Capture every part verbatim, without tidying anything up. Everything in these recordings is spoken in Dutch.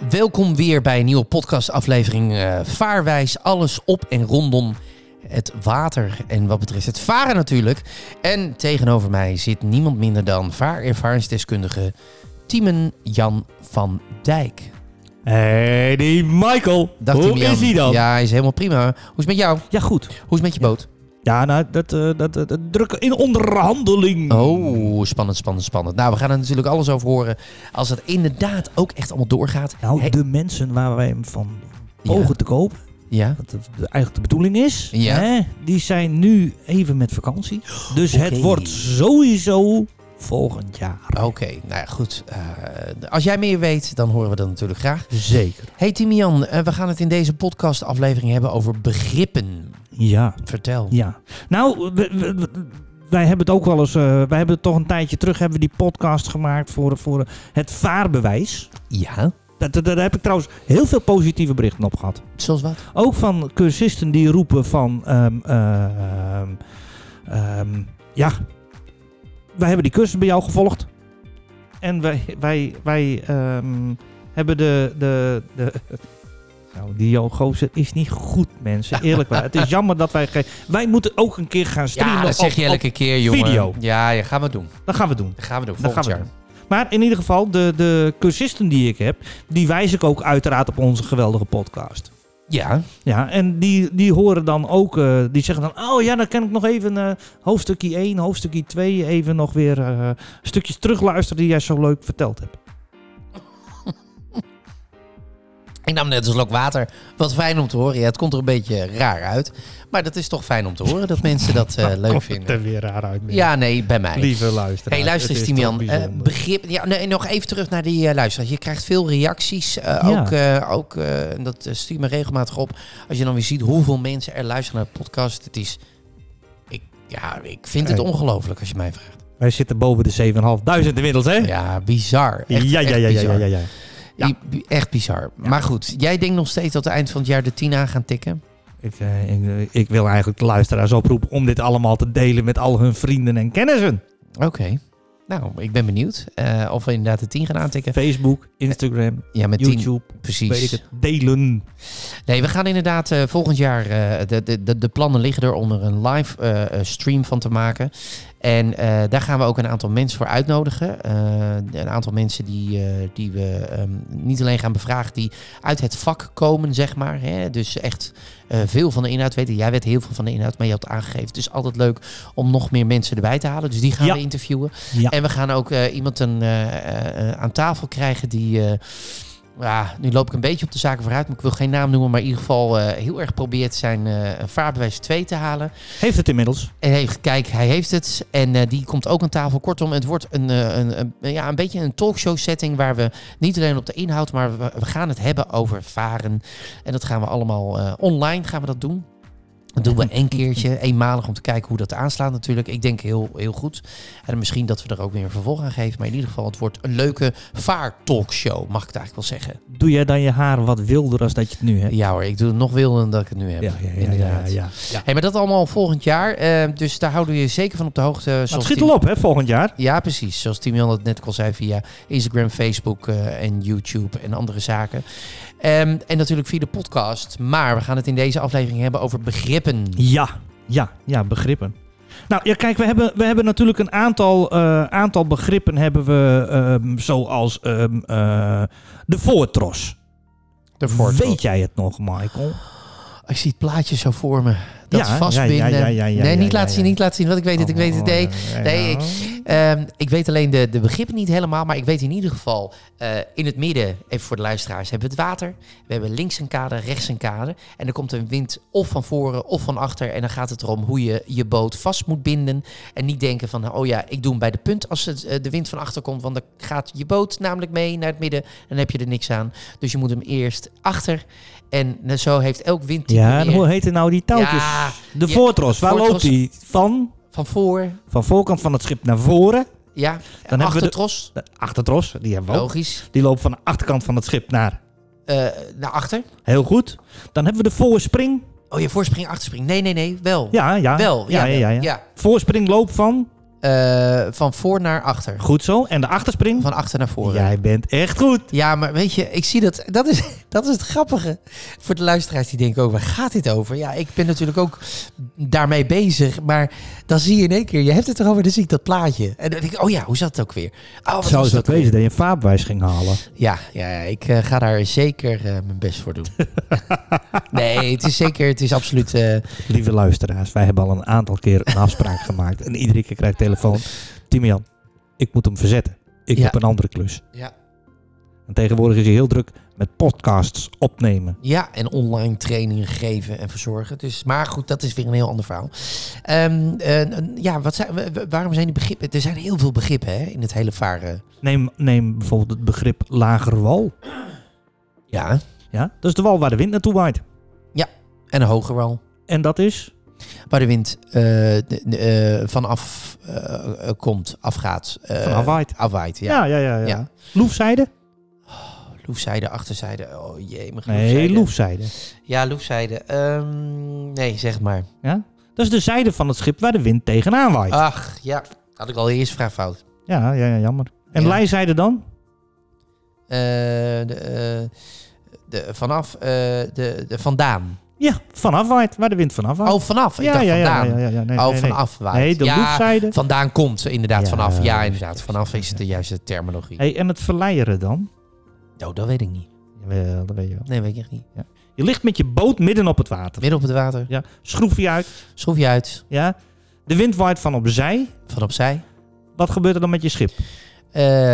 welkom weer bij een nieuwe podcastaflevering uh, Vaarwijs. Alles op en rondom het water en wat betreft het varen natuurlijk. En tegenover mij zit niemand minder dan vaarervaringsdeskundige Tiemen Jan van Dijk. Hey, die Michael. Dag, Hoe Tiemen Jan. is hij dan? Ja, hij is helemaal prima. Hoe is het met jou? Ja, goed. Hoe is het met je boot? Ja, nou, dat, uh, dat, dat, dat drukken in onderhandeling. Oh, spannend, spannend, spannendend. Nou, we gaan er natuurlijk alles over horen als het inderdaad ook echt allemaal doorgaat. Nou, Hey. de mensen waar wij hem van pogen Ja. te kopen, Ja? wat de, de, eigenlijk de bedoeling is, Ja. hè, die zijn nu even met vakantie. Dus Oké. het wordt sowieso volgend jaar. Oké, okay, nou ja, goed. Uh, als jij meer weet, dan horen we dat natuurlijk graag. Zeker. Hey Timian, uh, we gaan het in deze podcastaflevering hebben over begrippen. Ja. Vertel. Ja. Nou, we, we, we, wij hebben het ook wel eens, uh, wij hebben het toch een tijdje terug, hebben we die podcast gemaakt voor, voor het vaarbewijs. Ja. Daar, daar heb ik trouwens heel veel positieve berichten op gehad. Zoals wat? Ook van cursisten die roepen van, um, uh, um, um, ja, wij hebben die cursus bij jou gevolgd. En wij, wij, wij um, hebben de, de, de nou, die Jo Goosen is niet goed, mensen. Eerlijk waar. Het is jammer dat wij geen, wij moeten ook een keer gaan streamen. Ja, dat zeg je op, elke keer, jongen. video. Ja, ja, gaan we doen. Dat gaan we doen. Dat gaan we doen, Dat volgend gaan we jaar. doen. Maar in ieder geval, de, de cursisten die ik heb, die wijs ik ook uiteraard op onze geweldige podcast. Ja. Ja, en die, die horen dan ook, uh, die zeggen dan, oh ja, dan kan ik nog even uh, hoofdstukje één, hoofdstukje twee even nog weer uh, stukjes terugluisteren die jij zo leuk verteld hebt. Ik nam net een slok water. Wat fijn om te horen. Ja, het komt er een beetje raar uit. Maar dat is toch fijn om te horen dat mensen dat uh, leuk Komt vinden. het er weer raar uit. Ja, nee, bij mij. Lieve luisteraars. Hey, luister eens, Timian. Uh, begrip. Ja, nee, nog even terug naar die uh, luisteraars. Je krijgt veel reacties. Uh, ja. Ook, uh, ook uh, dat uh, stuurt me regelmatig op. Als je dan weer ziet hoeveel mensen er luisteren naar de podcast. Het is. Ik, ja, ik vind het hey. ongelooflijk als je mij vraagt. Wij zitten boven de zevenduizend inmiddels, hè? Ja, bizar. Echt, ja, ja, echt ja, ja, bizar. ja, ja, ja. Ja. Echt bizar. Ja. Maar goed, jij denkt nog steeds dat het eind van het jaar de tien aan gaan tikken? Ik, uh, ik, ik wil eigenlijk de luisteraars oproepen om dit allemaal te delen met al hun vrienden en kennissen. Oké. Okay. Nou, ik ben benieuwd uh, of we inderdaad de tien gaan aantikken. Facebook, Instagram, ja, met YouTube, tien, precies. Weet ik het, delen. Nee, we gaan inderdaad uh, volgend jaar, uh, de, de, de, de plannen liggen er om er een live uh, stream van te maken. En uh, daar gaan we ook een aantal mensen voor uitnodigen. Uh, een aantal mensen die, uh, die we um, niet alleen gaan bevragen, die uit het vak komen, zeg maar. Hè? Dus echt uh, veel van de inhoud weten. Jij weet heel veel van de inhoud, maar je had aangegeven. Het is altijd leuk om nog meer mensen erbij te halen. Dus die gaan ja. we interviewen. Ja. En we gaan ook uh, iemand een, uh, uh, aan tafel krijgen die... Uh, Ja, nu loop ik een beetje op de zaken vooruit, maar ik wil geen naam noemen, maar in ieder geval uh, heel erg probeert zijn uh, vaarbewijs twee te halen. Heeft het inmiddels? En heeft, kijk, hij heeft het en uh, die komt ook aan tafel. Kortom, het wordt een, uh, een, een, ja, een beetje een talkshow setting waar we niet alleen op de inhoud, maar we, we gaan het hebben over varen. En dat gaan we allemaal uh, online gaan we dat doen. Dat doen we één keertje, eenmalig, om te kijken hoe dat aanslaat natuurlijk. Ik denk heel, heel goed. En misschien dat we er ook weer een vervolg aan geven. Maar in ieder geval, het wordt een leuke vaartalkshow, mag ik het eigenlijk wel zeggen. Doe jij dan je haar wat wilder als dat je het nu hebt? Ja hoor, ik doe het nog wilder dan dat ik het nu heb. Ja, ja, ja. Inderdaad. ja, ja, ja. Hey, maar dat allemaal volgend jaar. Uh, dus daar houden we je zeker van op de hoogte. Het schiet Tim... al op, hè, volgend jaar. Ja, precies. Zoals Timian dat net al zei, via Instagram, Facebook uh, en YouTube en andere zaken. Um, en natuurlijk via de podcast. Maar we gaan het in deze aflevering hebben over begrippen. Ja, ja, ja, begrippen. Nou ja, kijk, we hebben, we hebben natuurlijk een aantal, uh, aantal begrippen hebben we, um, zoals um, uh, de voortros. De voortros. Weet jij het nog, Michael? Ik zie het plaatje zo voor me. Dat ja, vastbinden. Ja, ja, ja, ja, nee, niet ja, laten ja, zien, ja. niet laten zien. Want ik weet het, ik weet het. Nee, nee ik, um, ik weet alleen de, de begrippen niet helemaal. Maar ik weet in ieder geval, uh, in het midden, even voor de luisteraars, hebben we het water. We hebben links een kader, rechts een kader. En er komt een wind of van voren of van achter. En dan gaat het erom hoe je je boot vast moet binden. En niet denken van, oh ja, ik doe hem bij de punt als het, uh, de wind van achter komt. Want dan gaat je boot namelijk mee naar het midden. En dan heb je er niks aan. Dus je moet hem eerst achter. En zo heeft elk windtype Ja, en weer... hoe heten nou die touwtjes? Ja, de ja, voortros, waar voortros. loopt die? Van? Van voor. Van voorkant van het schip naar voren. Ja, Dan achtertros. De, de achtertros, die hebben we ook. Logisch. Die loopt van de achterkant van het schip naar... Uh, naar achter. Heel goed. Dan hebben we de voorspring. Oh, je voorspring, achterspring. Nee, nee, nee, wel. Ja, ja. Wel, ja. Ja, ja, ja, ja. ja. Voorspring loopt van... Uh, van voor naar achter. Goed zo. En de achterspring? Van achter naar voren. Jij bent echt goed. Ja, maar weet je, ik zie dat... Dat is, dat is het grappige. Voor de luisteraars die denken ook, waar gaat dit over? Ja, ik ben natuurlijk ook daarmee bezig. Maar dan zie je in één keer, je hebt het erover, dan zie ik dat plaatje. En dan denk ik, oh ja, hoe zat het ook weer? Oh, wat Zou was je dat wezen dat je een vaarbewijs ging halen? Ja, ja, ja ik uh, ga daar zeker uh, mijn best voor doen. Nee, het is zeker, het is absoluut... Uh... Lieve luisteraars, wij hebben al een aantal keer een afspraak gemaakt. En iedere keer krijg ik telefoon. Timian, ik moet hem verzetten. Ik ja. heb een andere klus. Ja. En tegenwoordig is hij heel druk met podcasts opnemen. Ja, en online trainingen geven en verzorgen. Dus, maar goed, dat is weer een heel ander verhaal. Um, uh, ja, wat zijn, waarom zijn die begrippen? Er zijn heel veel begrippen hè, in het hele varen. Neem, neem bijvoorbeeld het begrip lagere wal. Ja. Ja, dat is de wal waar de wind naartoe waait. Ja, en een hogere wal. En dat is? Waar de wind uh, de, de, uh, vanaf uh, komt, afgaat. Uh, Vanaf waait. Afwaait, ja. Ja, ja, ja. ja. ja. Loefzijde? Loefzijde, achterzijde. Oh jee, mijn Nee, loefzijde. Ja, loefzijde. Um, nee, zeg het maar. Ja? Dat is de zijde van het schip waar de wind tegenaan waait. Ach, ja. Had ik al eerst vraag fout. Ja, ja, ja, jammer. En ja. lijzijde dan? Uh, de, uh, de, vanaf uh, de, de vandaan. Ja, vanaf waait, waar de wind vanaf waait. Oh, vanaf? Ik ja, dacht ja, vandaan. Ja, ja, ja, nee, oh, nee, nee. vanaf waait. Nee, de ja, loefzijde. Vandaan komt, inderdaad, ja, vanaf. Ja, inderdaad. Vanaf is het de juiste terminologie. Hey, en het verleieren dan? Oh, dat weet ik niet. Ja, dat weet je wel. Nee, weet ik echt niet. Ja. Je ligt met je boot midden op het water. Midden op het water. Ja. Schroef je uit. Schroef je uit. Ja. De wind waait van opzij. Van opzij. Wat gebeurt er dan met je schip? Uh,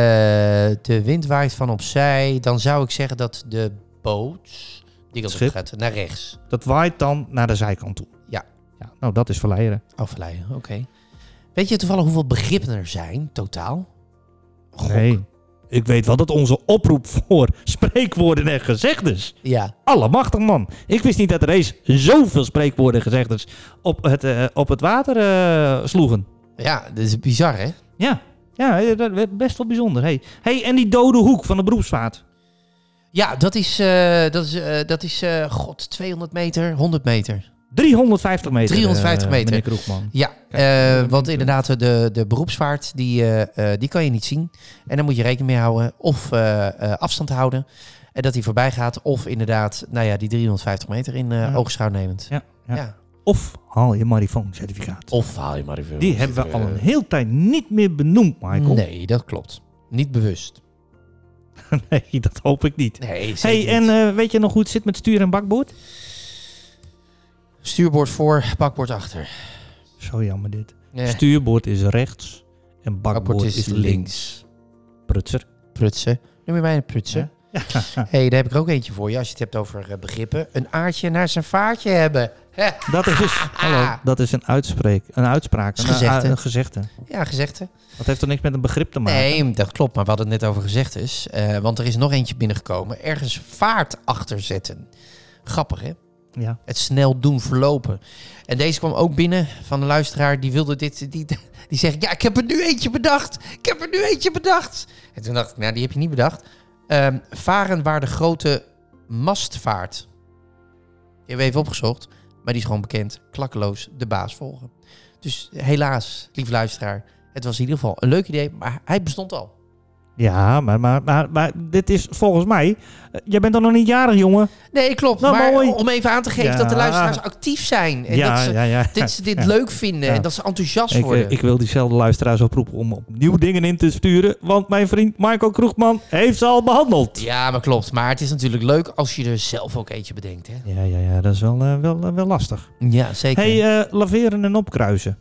de wind waait van opzij. Dan zou ik zeggen dat de boot... Die kant op gaat, naar rechts. Dat waait dan naar de zijkant toe. Ja. Ja, nou, dat is verleieren. Oh, verleiden, oké. Okay. Weet je toevallig hoeveel begrippen er zijn, totaal? Gok. Nee. Ik weet wel dat onze oproep voor spreekwoorden en gezegdes... Ja. Allemachtig, man. Ik wist niet dat er eens zoveel spreekwoorden en gezegdes op het, uh, op het water uh, sloegen. Ja, dat is bizar, hè? Ja. Ja, dat is best wel bijzonder. Hey. Hey, en die dode hoek van de beroepsvaart? Ja, dat is, uh, dat is, uh, dat is uh, god, tweehonderd meter, honderd meter. driehonderdvijftig meter, driehonderdvijftig meter. Uh, meneer Kroegman. Ja, Kijk, uh, want inderdaad, de, de beroepsvaart, die, uh, uh, die kan je niet zien. En daar moet je rekening mee houden. Of uh, uh, afstand houden. En dat die voorbij gaat. Of inderdaad, nou ja, die driehonderdvijftig meter in uh, ja. oogschouw nemend. Ja, ja. ja. Of haal je marifoon-certificaat. Of haal je marifoon. Die hebben we al een hele tijd niet meer benoemd, Michael. Nee, dat klopt. Niet bewust. Nee, dat hoop ik niet. Nee, hey, en uh, weet je nog hoe het zit met stuur en bakboord? Stuurboord voor, bakboord achter. Zo jammer dit. Nee. Stuurboord is rechts en bakboord, bakboord is, is links. links. Prutser. Prutsen. Noem je mij een prutsen? Ja. Ja. Hey, daar heb ik ook eentje voor je als je het hebt over uh, begrippen. Een aardje naar zijn vaartje hebben. Dat is, hallo, dat is een uitspraak. Een uitspraak. Een gezegde. Een gezegde. Ja, gezegde. Dat heeft toch niks met een begrip te maken? Nee, dat klopt. Maar we hadden het net over gezegdes. Uh, want er is nog eentje binnengekomen. Ergens vaart achter zetten. Grappig, hè? Ja. Het snel doen verlopen. En deze kwam ook binnen van de luisteraar. Die wilde dit... Die, die zegt, ja, ik heb er nu eentje bedacht. Ik heb er nu eentje bedacht. En toen dacht ik, nou, die heb je niet bedacht. Um, varen waar de grote mast vaart. Die hebben we even opgezocht. Maar die is gewoon bekend. Klakkeloos de baas volgen. Dus helaas, lieve luisteraar. Het was in ieder geval een leuk idee. Maar hij bestond al. Ja, maar, maar, maar, maar dit is volgens mij... Uh, jij bent dan nog niet jarig, jongen? Nee, klopt. Nou, maar mooi. Om even aan te geven ja. dat de luisteraars actief zijn. En ja, dat ze ja, ja. dit, dit ja. leuk vinden. Ja. En dat ze enthousiast ik, worden. Ik wil diezelfde luisteraars oproepen om opnieuw dingen in te sturen. Want mijn vriend Michael Kroegman heeft ze al behandeld. Ja, maar klopt. Maar het is natuurlijk leuk als je er zelf ook eentje bedenkt. Hè? Ja, ja, ja, dat is wel, uh, wel, uh, wel lastig. Ja, zeker. Hey, uh, laveren en opkruisen.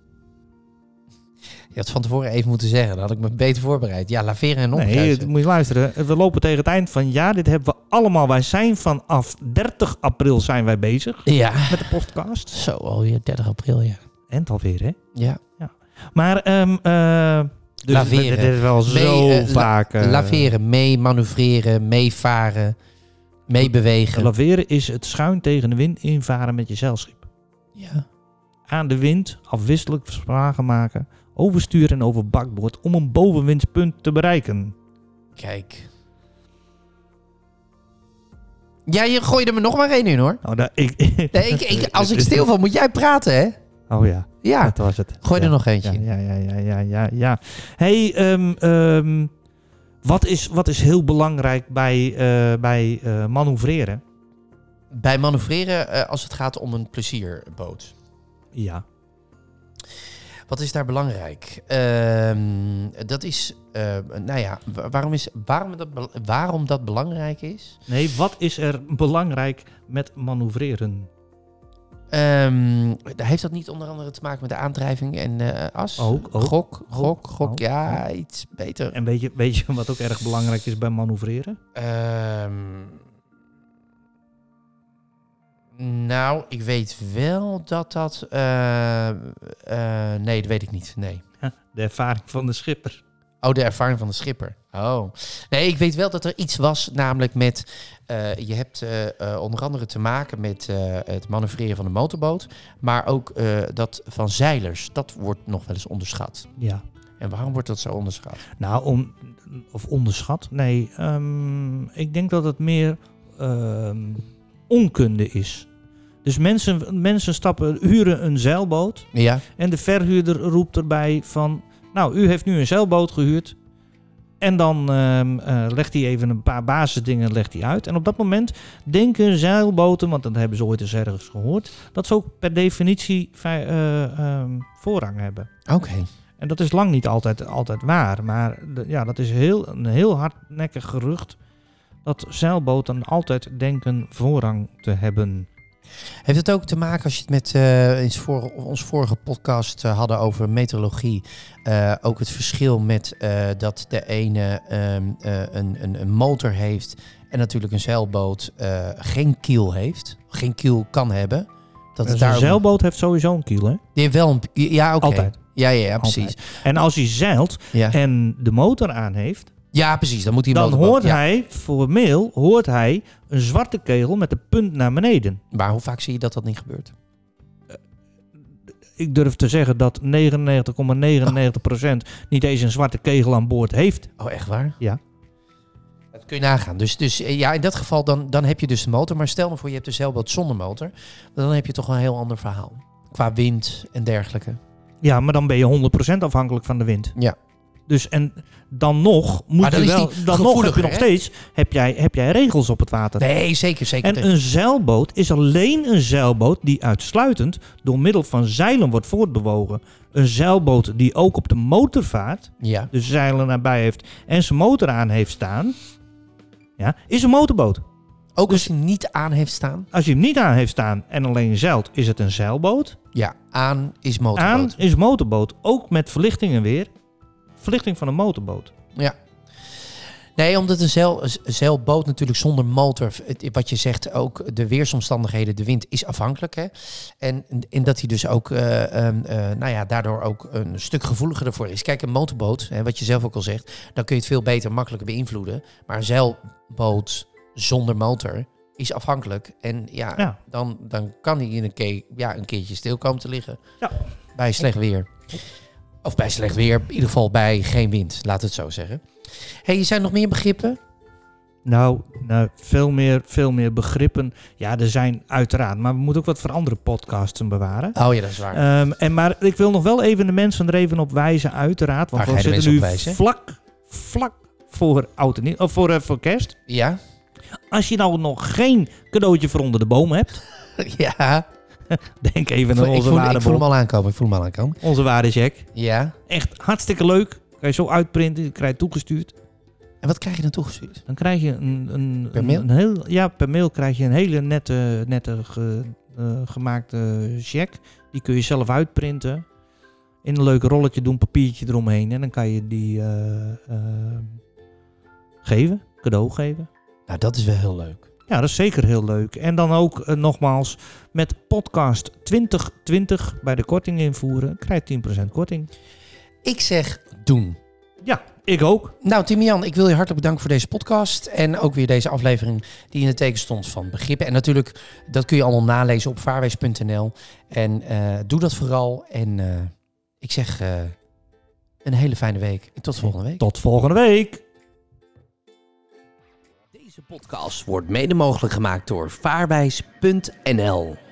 Je had van tevoren even moeten zeggen. Dan had ik me beter voorbereid. Ja, laveren en opkruisen. Nee, moet je luisteren. We lopen tegen het eind van het jaar. Dit hebben we allemaal. Wij zijn vanaf dertig april zijn wij bezig. Ja. Met de podcast. Zo, alweer dertig april, ja. En het alweer, hè? Ja. ja. Maar, um, uh, dus laveren. Dit is wel mee, zo uh, vaak. Uh, laveren, mee manoeuvreren, meevaren, meebewegen. Laveren is het schuin tegen de wind invaren met je zeilschip. Ja. Aan de wind afwisselijk vragen maken. Overstuur en over bakboord om een bovenwindspunt te bereiken. Kijk. Ja, je gooit er me nog maar één in, hoor. Nou, dat, ik, nee, ik, ik, als ik stil van, moet jij praten, hè? Oh ja, Ja, dat was het. gooi ja. er nog eentje. Ja, ja, ja, ja, ja, ja. Hey, um, um, wat, is, wat is heel belangrijk bij, uh, bij uh, manoeuvreren? Bij manoeuvreren uh, als het gaat om een plezierboot. Ja. Wat is daar belangrijk? Uh, dat is, uh, nou ja, waarom, is, waarom, dat, waarom dat belangrijk is? Nee, wat is er belangrijk met manoeuvreren? Um, heeft dat niet onder andere te maken met de aandrijving en uh, as? Ook, ook. Gok, gok, gok, ook, ja, ook. iets beter. En weet je, weet je wat ook erg belangrijk is bij manoeuvreren? Um, nou, ik weet wel dat dat... Uh, uh, nee, dat weet ik niet, nee. De ervaring van de schipper. Oh, de ervaring van de schipper. Oh. Nee, ik weet wel dat er iets was, namelijk met... Uh, je hebt uh, uh, onder andere te maken met uh, het manoeuvreren van een motorboot. Maar ook uh, dat van zeilers. Dat wordt nog wel eens onderschat. Ja. En waarom wordt dat zo onderschat? Nou, om, of onderschat? Nee, um, ik denk dat het meer um, onkunde is. Dus mensen, mensen stappen, huren een zeilboot. Ja. En de verhuurder roept erbij van... Nou, u heeft nu een zeilboot gehuurd. En dan um, uh, legt hij even een paar basisdingen legt hij uit. En op dat moment denken zeilboten... want dat hebben ze ooit eens ergens gehoord... dat ze ook per definitie uh, um, voorrang hebben. Oké. Okay. En dat is lang niet altijd, altijd waar. Maar de, ja, dat is heel, een heel hardnekkig gerucht... dat zeilboten altijd denken voorrang te hebben... Heeft het ook te maken, als je het met uh, in voor, onze vorige podcast uh, hadden over meteorologie, uh, ook het verschil met uh, dat de ene um, uh, een, een, een motor heeft en natuurlijk een zeilboot uh, geen kiel heeft, geen kiel kan hebben. Dat dus daar een zeilboot heeft sowieso een kiel, hè? Die heeft wel een ja, oké. Okay. Altijd. Ja, ja, ja, precies. Altijd. En als hij zeilt ja. en de motor aan heeft... Ja, precies. Dan moet hij Dan motorboot, hoort ja. hij, formeel, hoort hij een zwarte kegel met de punt naar beneden. Maar hoe vaak zie je dat dat niet gebeurt? Uh, ik durf te zeggen dat negenennegentig komma negenennegentig procent oh. niet eens een zwarte kegel aan boord heeft. Oh, echt waar? Ja. Dat kun je nagaan. Dus, dus ja, in dat geval dan, dan heb je dus de motor. Maar stel me voor, je hebt een zeilboot zonder motor. Dan heb je toch wel een heel ander verhaal. Qua wind en dergelijke. Ja, maar dan ben je honderd procent afhankelijk van de wind. Ja. Dus en dan nog moet je wel, dan nog heb je nog hè? steeds heb jij, heb jij regels op het water. Nee, zeker, zeker. En een zeilboot is alleen een zeilboot die uitsluitend door middel van zeilen wordt voortbewogen. Een zeilboot die ook op de motor vaart, ja. dus zeilen nabij heeft en zijn motor aan heeft staan, ja, is een motorboot. Ook als hij niet aan heeft staan? Als je hem niet aan heeft staan en alleen zeilt, is het een zeilboot. Ja, aan is motorboot. Aan is motorboot, ook met verlichting en weer. Verlichting van een motorboot. Ja. Nee, omdat een, zeil, een zeilboot natuurlijk zonder motor, wat je zegt, ook de weersomstandigheden, de wind is afhankelijk. Hè? En, en dat hij dus ook, uh, uh, uh, nou ja, daardoor ook een stuk gevoeliger ervoor is. Kijk, een motorboot, hè, wat je zelf ook al zegt, dan kun je het veel beter, makkelijker beïnvloeden. Maar een zeilboot zonder motor is afhankelijk. En ja, ja. Dan, dan kan hij in een, keer, ja, een keertje stil komen te liggen. Ja. Bij slecht weer. Of bij slecht weer, in ieder geval bij geen wind, laat het zo zeggen. Hey, zijn er nog meer begrippen? Nou, nou veel, meer, veel meer begrippen. Ja, er zijn uiteraard. Maar we moeten ook wat voor andere podcasts bewaren. Oh ja, dat is waar. Um, en maar ik wil nog wel even de mensen er even op wijzen, uiteraard. Want Waar we zitten nu wijzen? vlak, vlak voor, oud en, of voor, uh, voor kerst. Ja. Als je nou nog geen cadeautje voor onder de boom hebt. Ja. Denk even aan ik onze voel, waardebon. Ik voel hem al aankomen. Ik voel hem al aankomen. Onze waardecheck. Ja. Echt hartstikke leuk. Kan je zo uitprinten. Krijg je toegestuurd. En wat krijg je dan toegestuurd? Dan krijg je een... een per mail? Een, een heel, ja, per mail krijg je een hele nette, nette ge, uh, gemaakte check. Die kun je zelf uitprinten. In een leuk rolletje doen, papiertje eromheen. En dan kan je die uh, uh, geven. Cadeau geven. Nou, dat is wel heel leuk. Ja, dat is zeker heel leuk. En dan ook uh, nogmaals met podcast twintig twintig bij de korting invoeren. Krijg je tien procent korting. Ik zeg doen. Ja, ik ook. Nou, Timian, ik wil je hartelijk bedanken voor deze podcast. En ook weer deze aflevering die in het teken stond van begrippen. En natuurlijk, dat kun je allemaal nalezen op vaarwijs punt n l. En uh, doe dat vooral. En uh, ik zeg uh, een hele fijne week. En tot volgende week. Tot volgende week. Deze podcast wordt mede mogelijk gemaakt door vaarwijs punt n l.